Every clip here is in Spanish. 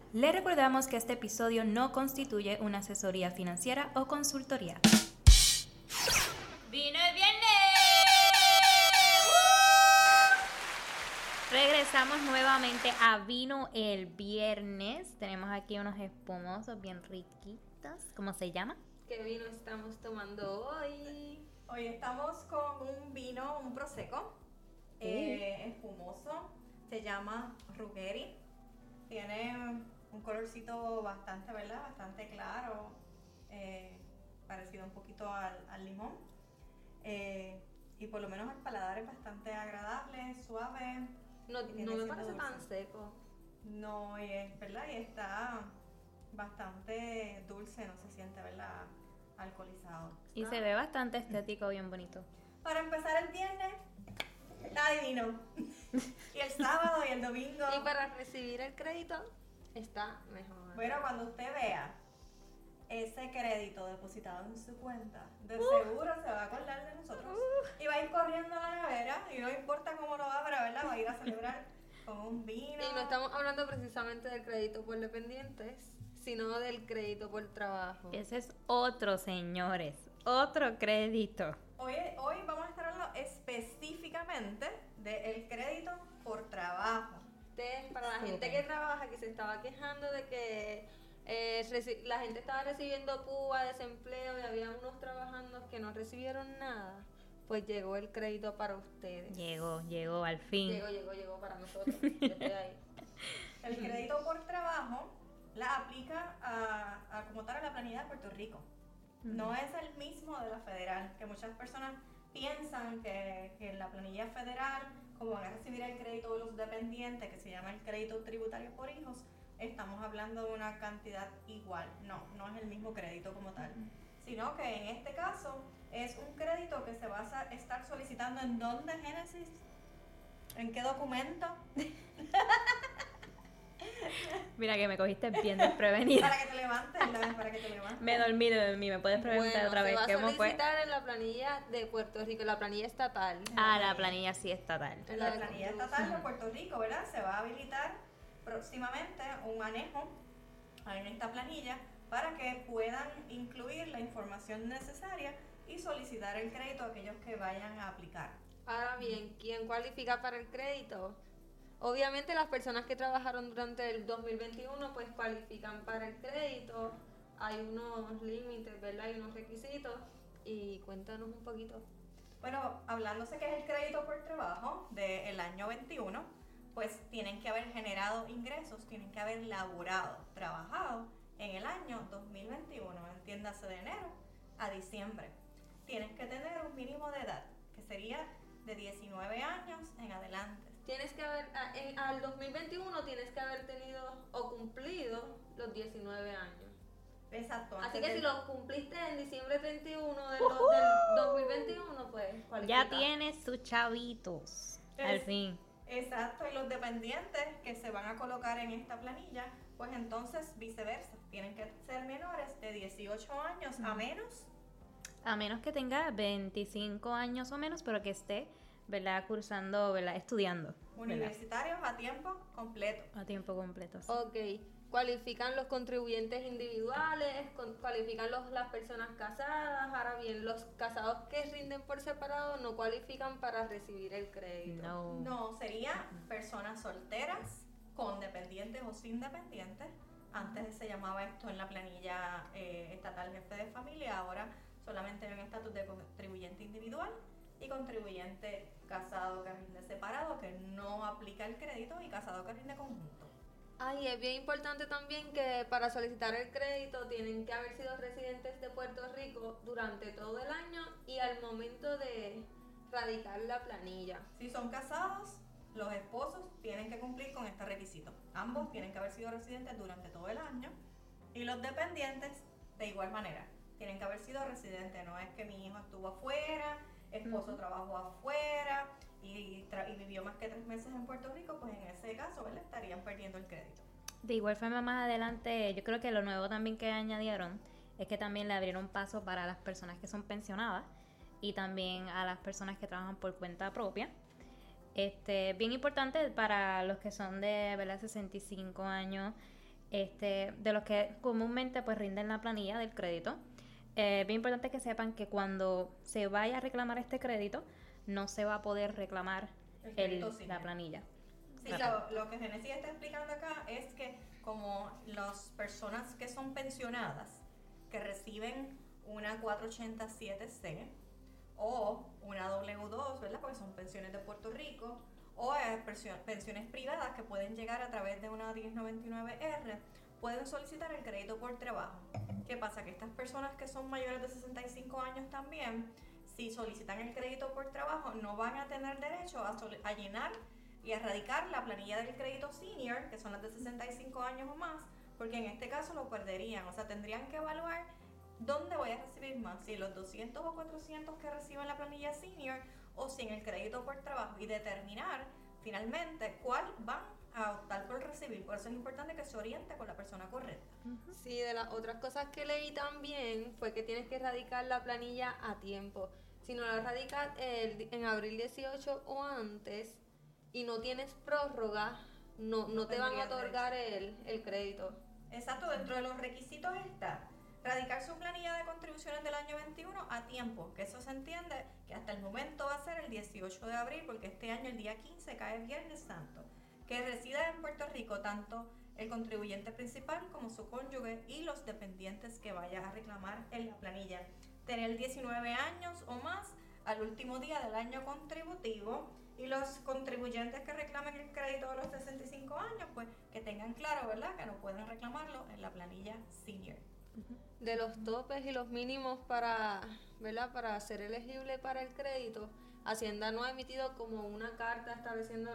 Le recordamos que este episodio no constituye una asesoría financiera o consultoría. ¡Vino el viernes! Regresamos nuevamente a Vino el Viernes. Tenemos aquí unos espumosos bien riquitos. ¿Cómo se llama? ¿Qué vino estamos tomando hoy? Hoy estamos con un vino, un prosecco espumoso. Se llama Ruggeri. Tiene un colorcito bastante, ¿verdad? Bastante claro, parecido un poquito al limón. Y por lo menos el paladar es bastante agradable, suave. No me parece tan seco. No, y es, ¿verdad? Y está bastante dulce, no se siente, ¿verdad? Alcoholizado. Y se ve bastante estético, bien bonito. Para empezar el viernes, está divino. Y el sábado y el domingo. Y para recibir el crédito, está mejor. Bueno, cuando usted vea ese crédito depositado en su cuenta, de seguro se va a acordar de nosotros. Y va a ir corriendo a la nevera, y no importa cómo lo abra, ¿verdad? Va a ir a celebrar con un vino. Y no estamos hablando precisamente del crédito por dependientes, sino del crédito por trabajo. Ese es otro, señores. Otro crédito. Hoy vamos a estar hablando específicamente del crédito por trabajo. Para la gente que trabaja, que se estaba quejando de que la gente estaba recibiendo PUA, desempleo, y había unos trabajando que no recibieron nada, pues llegó el crédito para ustedes. Llegó al fin. Llegó para nosotros. Yo estoy ahí. El crédito por trabajo la aplica a como tal a la planilla de Puerto Rico. No es el mismo de la federal, que muchas personas piensan que en la planilla federal, como van a recibir el crédito de los dependientes, que se llama el crédito tributario por hijos, estamos hablando de una cantidad igual. No es el mismo crédito como tal, sino que en este caso es un crédito que se va a estar solicitando. ¿En dónde, Génesis? ¿En qué documento? Mira que me cogiste bien desprevenida. Para que te levantes, para que te levantes. Me dormí. ¿Me puedes preguntar otra vez se va a cómo fue? solicitar en la planilla de Puerto Rico, la planilla estatal. La planilla sí estatal. En la planilla estatal de Puerto Rico, ¿verdad? Se va a habilitar próximamente un manejo en esta planilla para que puedan incluir la información necesaria y solicitar el crédito a aquellos que vayan a aplicar. Ahora bien, ¿quién cualifica para el crédito? Obviamente las personas que trabajaron durante el 2021 pues cualifican para el crédito. Hay unos límites, ¿verdad? Hay unos requisitos. Y cuéntanos un poquito. Bueno, hablándose que es el crédito por trabajo del año 21, pues tienen que haber generado ingresos, tienen que haber laborado, trabajado en el año 2021, entiéndase de enero a diciembre. Tienes que tener un mínimo de edad, que sería de 19 años en adelante. Tienes que haber, al 2021 tienes que haber tenido o cumplido los 19 años. Exacto. Así que si los cumpliste en diciembre 31 del 2021, pues cualifica. Ya tienes sus chavitos. Al fin. Exacto, y los dependientes que se van a colocar en esta planilla, pues entonces viceversa. Tienen que ser menores de 18 años a menos. A menos que tenga 25 años o menos, pero que esté, ¿verdad? Cursando, ¿verdad? Estudiando. Universitarios a tiempo completo. A tiempo completo. Sí. Ok. Cualifican los contribuyentes individuales, cualifican las personas casadas. Ahora bien, los casados que rinden por separado no cualifican para recibir el crédito. No, serían personas solteras, con dependientes o sin dependientes. Antes se llamaba esto en la planilla estatal jefe de familia, ahora solamente hay un estatus de contribuyente individual y contribuyente casado que rinde separado, que no aplica el crédito, y casado que rinde conjunto. Ay, es bien importante también que para solicitar el crédito tienen que haber sido residentes de Puerto Rico durante todo el año y al momento de radicar la planilla. Si son casados, los esposos tienen que cumplir con este requisito. Ambos tienen que haber sido residentes durante todo el año, y los dependientes de igual manera. Tienen que haber sido residentes. No es que mi hijo estuvo afuera, esposo trabajó afuera y vivió más que 3 meses en Puerto Rico, pues en ese caso, ¿verdad? Estarían perdiendo el crédito. De igual forma, más adelante, yo creo que lo nuevo también que añadieron es que también le abrieron paso para las personas que son pensionadas y también a las personas que trabajan por cuenta propia. Bien importante para los que son de, ¿verdad?, 65 años, de los que comúnmente pues rinden la planilla del crédito. Es bien importante que sepan que cuando se vaya a reclamar este crédito, no se va a poder reclamar la planilla. Sí, lo que Genesis está explicando acá es que como las personas que son pensionadas, que reciben una 487C o una W2, ¿verdad? Porque son pensiones de Puerto Rico, o pensiones privadas que pueden llegar a través de una 1099R, pueden solicitar el crédito por trabajo. ¿Qué pasa? Que estas personas que son mayores de 65 años también, si solicitan el crédito por trabajo, no van a tener derecho a llenar y a erradicar la planilla del crédito senior, que son las de 65 años o más, porque en este caso lo perderían. O sea, tendrían que evaluar dónde voy a recibir más, si los 200 o 400 que reciben la planilla senior o si en el crédito por trabajo, y determinar finalmente cuál van a optar por recibir. Por eso es importante que se oriente con la persona correcta. Sí, de las otras cosas que leí también fue que tienes que erradicar la planilla a tiempo. Si no la erradicas en abril 18 o antes y no tienes prórroga, no te van a otorgar el crédito. Exacto, dentro de los requisitos está radicar su planilla de contribuciones del año 21 a tiempo, que eso se entiende que hasta el momento va a ser el 18 de abril, porque este año el día 15 cae Viernes Santo. Que resida en Puerto Rico tanto el contribuyente principal como su cónyuge y los dependientes que vaya a reclamar en la planilla. Tener 19 años o más al último día del año contributivo, y los contribuyentes que reclamen el crédito de los 65 años, pues que tengan claro, ¿verdad?, que no pueden reclamarlo en la planilla senior. De los topes y los mínimos para ser elegible para el crédito, Hacienda no ha emitido como una carta estableciendo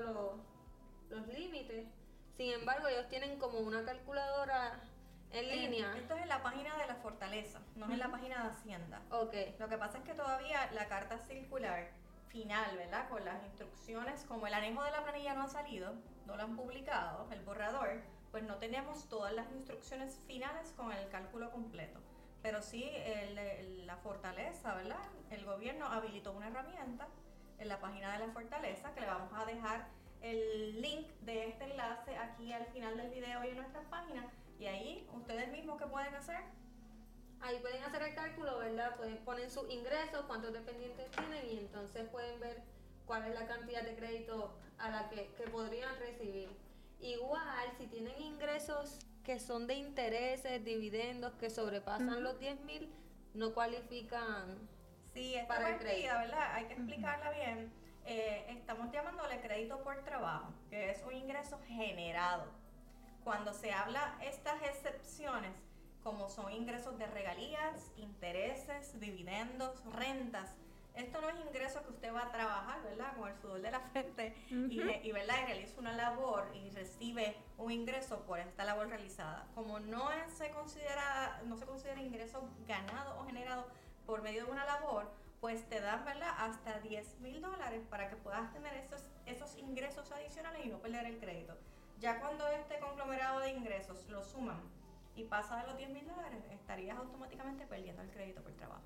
los límites. Sin embargo, ellos tienen como una calculadora en línea. Esto es en la página de la Fortaleza, no es en la página de Hacienda. Okay. Lo que pasa es que todavía la carta circular final, ¿verdad?, con las instrucciones, como el anejo de la planilla no ha salido, no lo han publicado, el borrador, pues no tenemos todas las instrucciones finales con el cálculo completo. Pero sí, la Fortaleza, ¿verdad?, el gobierno habilitó una herramienta en la página de la Fortaleza, que le vamos a dejar el link de este enlace aquí al final del video y en nuestras páginas, y ahí ustedes mismos, ¿qué pueden hacer? Ahí pueden hacer el cálculo, ¿verdad? Pueden poner sus ingresos, cuántos dependientes tienen, y entonces pueden ver cuál es la cantidad de crédito a la que podrían recibir. Igual, si tienen ingresos que son de intereses, dividendos, que sobrepasan los 10,000, no cualifican para el crédito. ¿Verdad? Hay que explicarla bien. Estamos llamándole crédito por trabajo, que es un ingreso generado. Cuando se habla estas excepciones, como son ingresos de regalías, intereses, dividendos, rentas, esto no es ingreso que usted va a trabajar, ¿verdad?, con el sudor de la frente y ¿verdad?, y realiza una labor y recibe un ingreso por esta labor realizada. Como no se considera ingreso ganado o generado por medio de una labor, pues te dan, ¿verdad?, hasta $10,000 para que puedas tener esos ingresos adicionales y no perder el crédito. Ya cuando este conglomerado de ingresos lo suman y pasa de los $10,000, estarías automáticamente perdiendo el crédito por trabajo.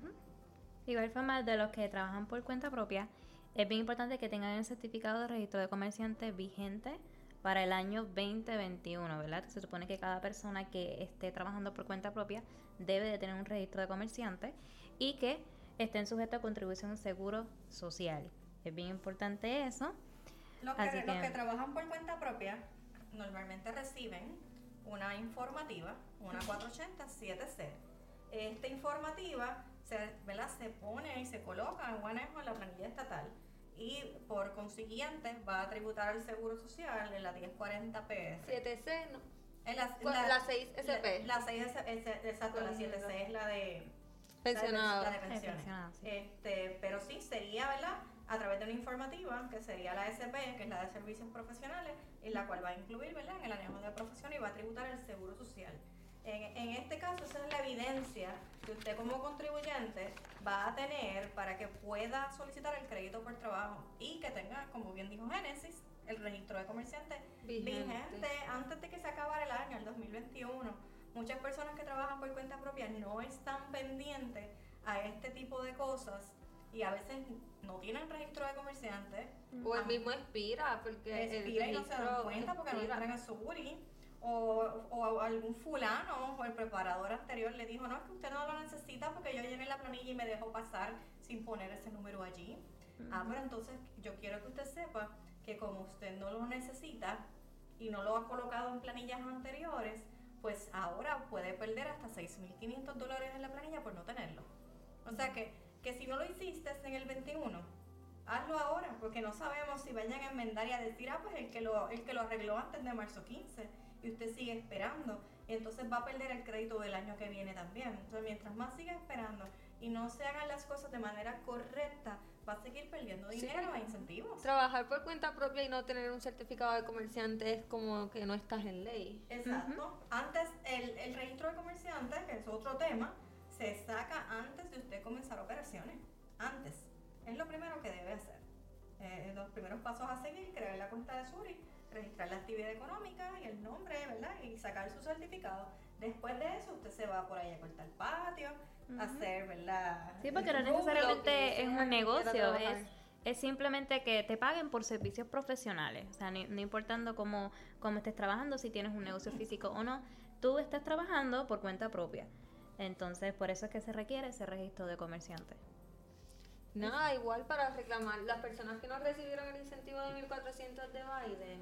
De igual forma, de los que trabajan por cuenta propia, es bien importante que tengan el certificado de registro de comerciante vigente para el año 2021, ¿verdad? Se supone que cada persona que esté trabajando por cuenta propia debe de tener un registro de comerciante y que estén sujetos a contribución seguro social. Es bien importante eso. Los que trabajan por cuenta propia normalmente reciben una informativa, una 487C. Esta informativa se pone y se coloca en un anejo en la planilla estatal y por consiguiente va a tributar al Seguro Social en la 1040 PS. 7C, ¿no? La 6SP. La 6SP, exacto, la 7C es la de pensionado. La de pensiones. Sí. Pero sí sería, ¿verdad?, a través de una informativa que sería la SP, que es la de servicios profesionales, en la cual va a incluir, ¿verdad?, en el anejo de profesión y va a tributar el Seguro Social. En este caso, esa es la evidencia que usted como contribuyente va a tener para que pueda solicitar el crédito por trabajo y que tenga, como bien dijo Génesis, el registro de comerciante vigente antes de que se acabara el año, el 2021. Muchas personas que trabajan por cuenta propia no están pendientes a este tipo de cosas y a veces no tienen registro de comerciante. O el mismo expira, porque expira y no se dan cuenta porque no entran a su URI. o algún fulano o el preparador anterior le dijo, no, es que usted no lo necesita porque yo llené la planilla y me dejó pasar sin poner ese número allí. Pero entonces yo quiero que usted sepa que como usted no lo necesita y no lo ha colocado en planillas anteriores, pues ahora puede perder hasta $6,500 en la planilla por no tenerlo. O sea que si no lo hiciste en el 21, hazlo ahora, porque no sabemos si vayan a enmendar y a decir, pues el que lo arregló antes de marzo 15 y usted sigue esperando, y entonces va a perder el crédito del año que viene también. Entonces mientras más siga esperando y no se hagan las cosas de manera correcta, va a seguir perdiendo dinero e incentivos. Trabajar por cuenta propia y no tener un certificado de comerciante es como que no estás en ley. Exacto. Antes, el registro de comerciante, que es otro tema, se saca antes de usted comenzar operaciones. Antes. Es lo primero que debe hacer. Los primeros pasos a seguir: crear la cuenta de Zurich, registrar la actividad económica y el nombre, ¿verdad? Y sacar su certificado. Después de eso, usted se va por ahí a cortar el patio, a hacer, ¿verdad? Sí, porque no necesariamente es un negocio, es simplemente que te paguen por servicios profesionales. O sea, no importando cómo estés trabajando, si tienes un negocio físico o no, tú estás trabajando por cuenta propia. Entonces, por eso es que se requiere ese registro de comerciante. Nada, igual para reclamar, las personas que no recibieron el incentivo de 1.400 de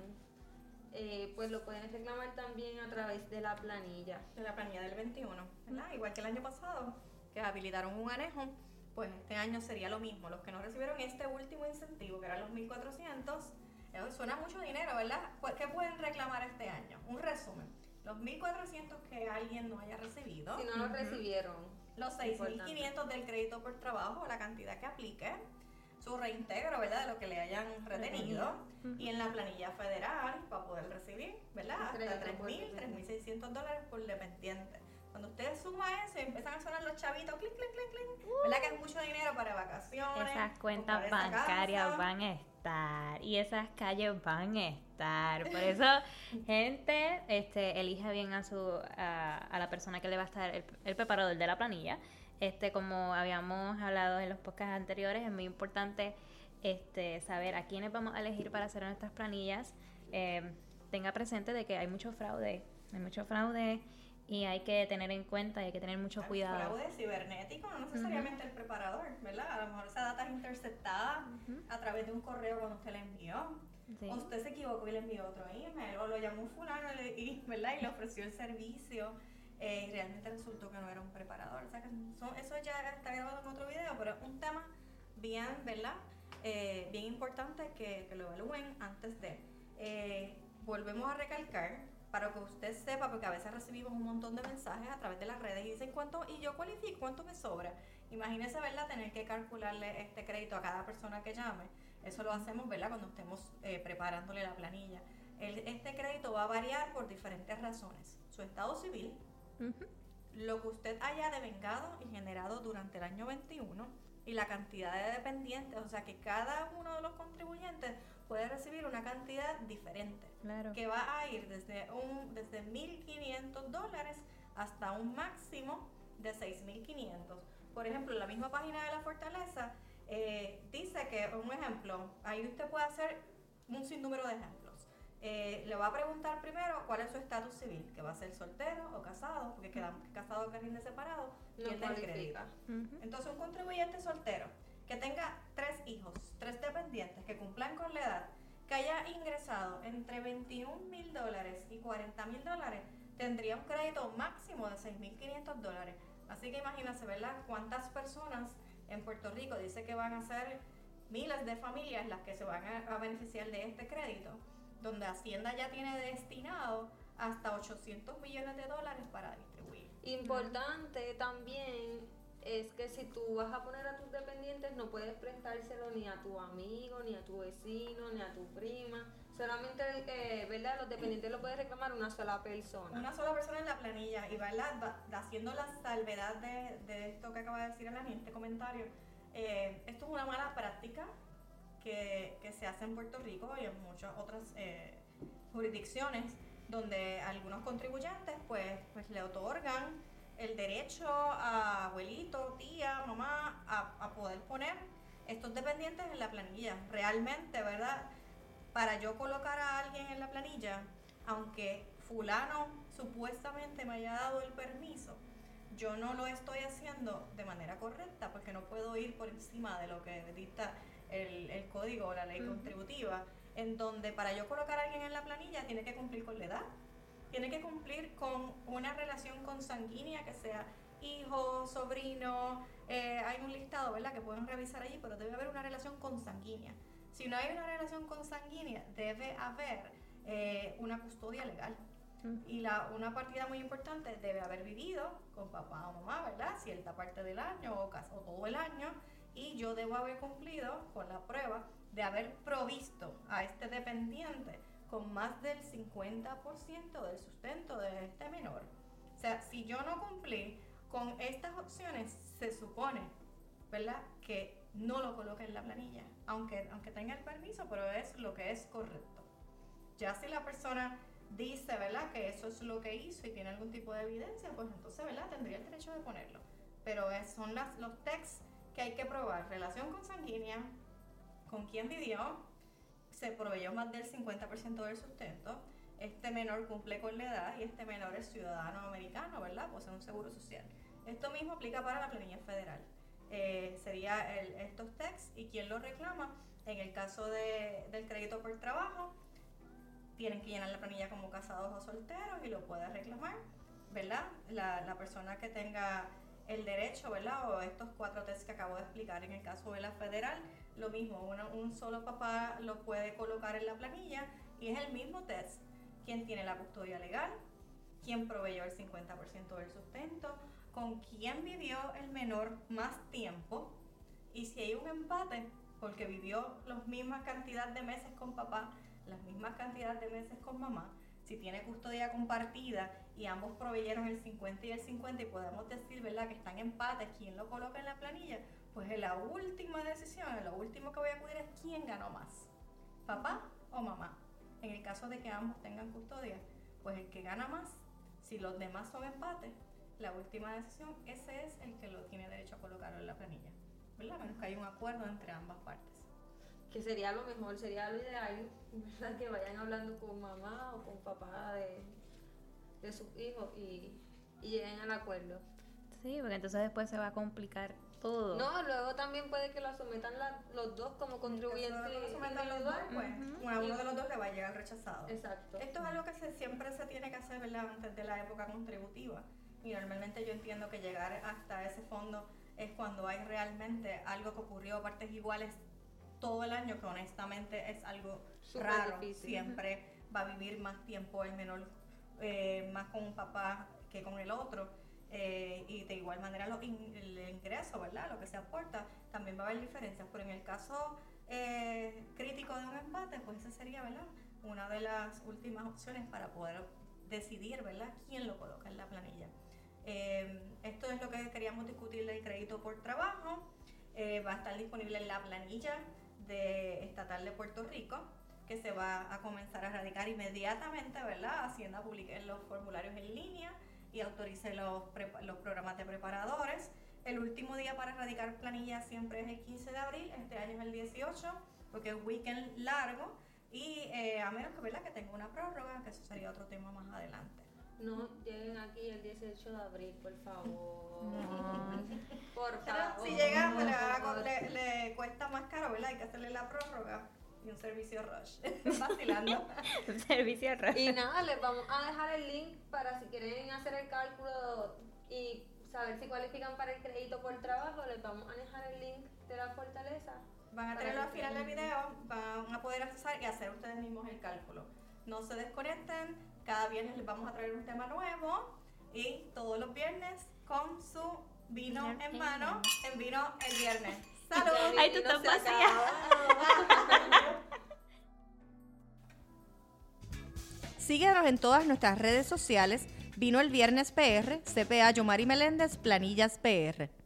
Biden, pues lo pueden reclamar también a través de la planilla. De la planilla del 21, ¿verdad? Igual que el año pasado, que habilitaron un anejo, pues este año sería lo mismo. Los que no recibieron este último incentivo, que eran los 1.400, suena mucho dinero, ¿verdad? ¿Qué pueden reclamar este año? Un resumen: los 1.400 que alguien no haya recibido. Si no lo recibieron. Los 6.500 del crédito por trabajo, la cantidad que aplique, su reintegro, ¿verdad? De lo que le hayan retenido. Y en la planilla federal, para poder recibir, ¿verdad? Hasta $3,000, $3,600 por dependiente. Cuando ustedes suman eso y empiezan a sonar los chavitos, clic, clic, clic, clic, ¿verdad? Que es mucho dinero para vacaciones. Esas cuentas bancarias van a estar y esas calles van a estar. Por eso, gente, elige bien a la persona que le va a estar el preparador de la planilla. Como habíamos hablado en los podcasts anteriores, es muy importante saber a quiénes vamos a elegir para hacer nuestras planillas. Tenga presente de que hay mucho fraude y hay que tener en cuenta y hay que tener mucho cuidado. Fraude cibernético, no necesariamente el preparador, ¿verdad? A lo mejor esa data es interceptada a través de un correo cuando usted la envió. Sí. O usted se equivocó y le envió otro email, o lo llamó un fulano ¿verdad? Y le ofreció el servicio. Y realmente resultó que no era un preparador. O sea, que eso ya está grabado en otro video, pero es un tema bien, ¿verdad? Bien importante que lo evalúen antes de. Volvemos a recalcar, para que usted sepa, porque a veces recibimos un montón de mensajes a través de las redes y dicen, ¿y yo cualifico? ¿Cuánto me sobra? Imagínese, ¿verdad? Tener que calcularle este crédito a cada persona que llame. Eso lo hacemos, ¿verdad? Cuando estemos preparándole la planilla. Este crédito va a variar por diferentes razones. Su estado civil, lo que usted haya devengado y generado durante el año 21 y la cantidad de dependientes, o sea que cada uno de los contribuyentes puede recibir una cantidad diferente, claro, que va a ir desde $1,500 hasta un máximo de $6,500. Por ejemplo, en la misma página de la Fortaleza dice que, un ejemplo, ahí usted puede hacer un sinnúmero de ejemplos. Le va a preguntar primero cuál es su estatus civil, que va a ser soltero o casado, porque quedamos que casado que rinde separado, pierde el crédito. Entonces, un contribuyente soltero que tenga 3 hijos, 3 dependientes, que cumplan con la edad, que haya ingresado entre $21,000 y $40,000, tendría un crédito máximo de $6,500. Así que imagínense, ¿verdad? Cuántas personas en Puerto Rico, dice que van a ser miles de familias las que se van a beneficiar de este crédito, donde Hacienda ya tiene destinado hasta $800 millones para distribuir. Importante también es que si tú vas a poner a tus dependientes, no puedes prestárselo ni a tu amigo, ni a tu vecino, ni a tu prima. Solamente, ¿verdad? Los dependientes lo puede reclamar una sola persona. Una sola persona en la planilla. Y, ¿verdad? Haciendo la salvedad de esto que acaba de decir Alani, este comentario, esto es una mala práctica que se hace en Puerto Rico y en muchas otras jurisdicciones, donde algunos contribuyentes pues le otorgan el derecho a abuelito, tía, mamá a poder poner estos dependientes en la planilla. Realmente, ¿verdad? Para yo colocar a alguien en la planilla, aunque fulano supuestamente me haya dado el permiso, yo no lo estoy haciendo de manera correcta porque no puedo ir por encima de lo que dicta el código o la ley contributiva, en donde para yo colocar a alguien en la planilla tiene que cumplir con la edad, tiene que cumplir con una relación consanguínea que sea hijo, sobrino, hay un listado, ¿verdad?, que pueden revisar allí, pero debe haber una relación consanguínea. Si no hay una relación consanguínea, debe haber una custodia legal. Y una partida muy importante, debe haber vivido con papá o mamá, ¿verdad?, cierta parte del año o todo el año, y yo debo haber cumplido con la prueba de haber provisto a este dependiente con más del 50% del sustento de este menor. O sea, si yo no cumplí con estas opciones, se supone, ¿verdad?, que no lo coloque en la planilla, aunque tenga el permiso, pero es lo que es correcto. Ya si la persona dice, ¿verdad?, que eso es lo que hizo y tiene algún tipo de evidencia, pues entonces, ¿verdad?, tendría el derecho de ponerlo. Pero son los textos que hay que probar: relación consanguínea, con quién vivió, se proveyó más del 50% del sustento, este menor cumple con la edad y este menor es ciudadano americano, ¿verdad?, posee un seguro social. Esto mismo aplica para la planilla federal. Sería estos textos, y quien lo reclama, en el caso del crédito por trabajo, tienen que llenar la planilla como casados o solteros y lo puede reclamar, ¿verdad? La persona que tenga el derecho, ¿verdad?, o estos 4 tests que acabo de explicar. En el caso de la federal, lo mismo, un solo papá lo puede colocar en la planilla y es el mismo test: quién tiene la custodia legal, quién proveyó el 50% del sustento, con quién vivió el menor más tiempo, y si hay un empate porque vivió la misma cantidad de meses con papá, las mismas cantidades de meses con mamá, si tiene custodia compartida y ambos proveyeron el 50 y el 50 y podemos decir, ¿verdad?, que están empates, quién lo coloca en la planilla, pues en la última decisión, en lo último que voy a acudir es quién ganó más, papá o mamá. En el caso de que ambos tengan custodia, pues el que gana más, si los demás son empates, la última decisión, ese es el que lo tiene derecho a colocarlo en la planilla, ¿verdad?, a menos que haya un acuerdo entre ambas partes. Que sería lo mejor, sería lo ideal, ¿verdad?, que vayan hablando con mamá o con papá de sus hijos y lleguen al acuerdo. Sí, porque entonces después se va a complicar todo. No, luego también puede que lo sometan los dos como contribuyentes individual. Pues uno de los dos le va a llegar rechazado. Exacto. Esto es algo que siempre se tiene que hacer, ¿verdad?, antes de la época contributiva. Y normalmente yo entiendo que llegar hasta ese fondo es cuando hay realmente algo que ocurrió a partes iguales todo el año, que honestamente es algo súper raro. difícil. Siempre va a vivir más tiempo el menor, más con un papá que con el otro, y de igual manera el ingreso, ¿verdad?, lo que se aporta, también va a haber diferencias, pero en el caso crítico de un empate, pues esa sería, ¿verdad?, una de las últimas opciones para poder decidir, ¿verdad?, quién lo coloca en la planilla. Esto es lo que queríamos discutir del crédito por trabajo. Va a estar disponible en la planilla estatal de Puerto Rico, que se va a comenzar a radicar inmediatamente, ¿verdad? Hacienda publique los formularios en línea y autorice los programas de preparadores. El último día para radicar planilla siempre es el 15 de abril, este año es el 18, porque es weekend largo, y a menos que, ¿verdad?, que tenga una prórroga, que eso sería otro tema más adelante. No lleguen aquí el 18 de abril, por favor. No. Por favor. Si llegan, pues le cuesta más caro, ¿verdad? Hay que hacerle la prórroga y un servicio rush. Vacilando. Servicio rush. Y nada, les vamos a dejar el link para si quieren hacer el cálculo y saber si cualifican para el crédito por trabajo. Les vamos a dejar el link de la fortaleza. Van a tenerlo al final del video, van a poder accesar y hacer ustedes mismos el cálculo. No se desconecten, cada viernes les vamos a traer un tema nuevo y todos los viernes con su vino en mano, en Vino el Viernes. ¡Salud! Ay, tú estás vacía. Síguenos en todas nuestras redes sociales, Vino el Viernes PR, CPA Yomari Meléndez, Planillas PR.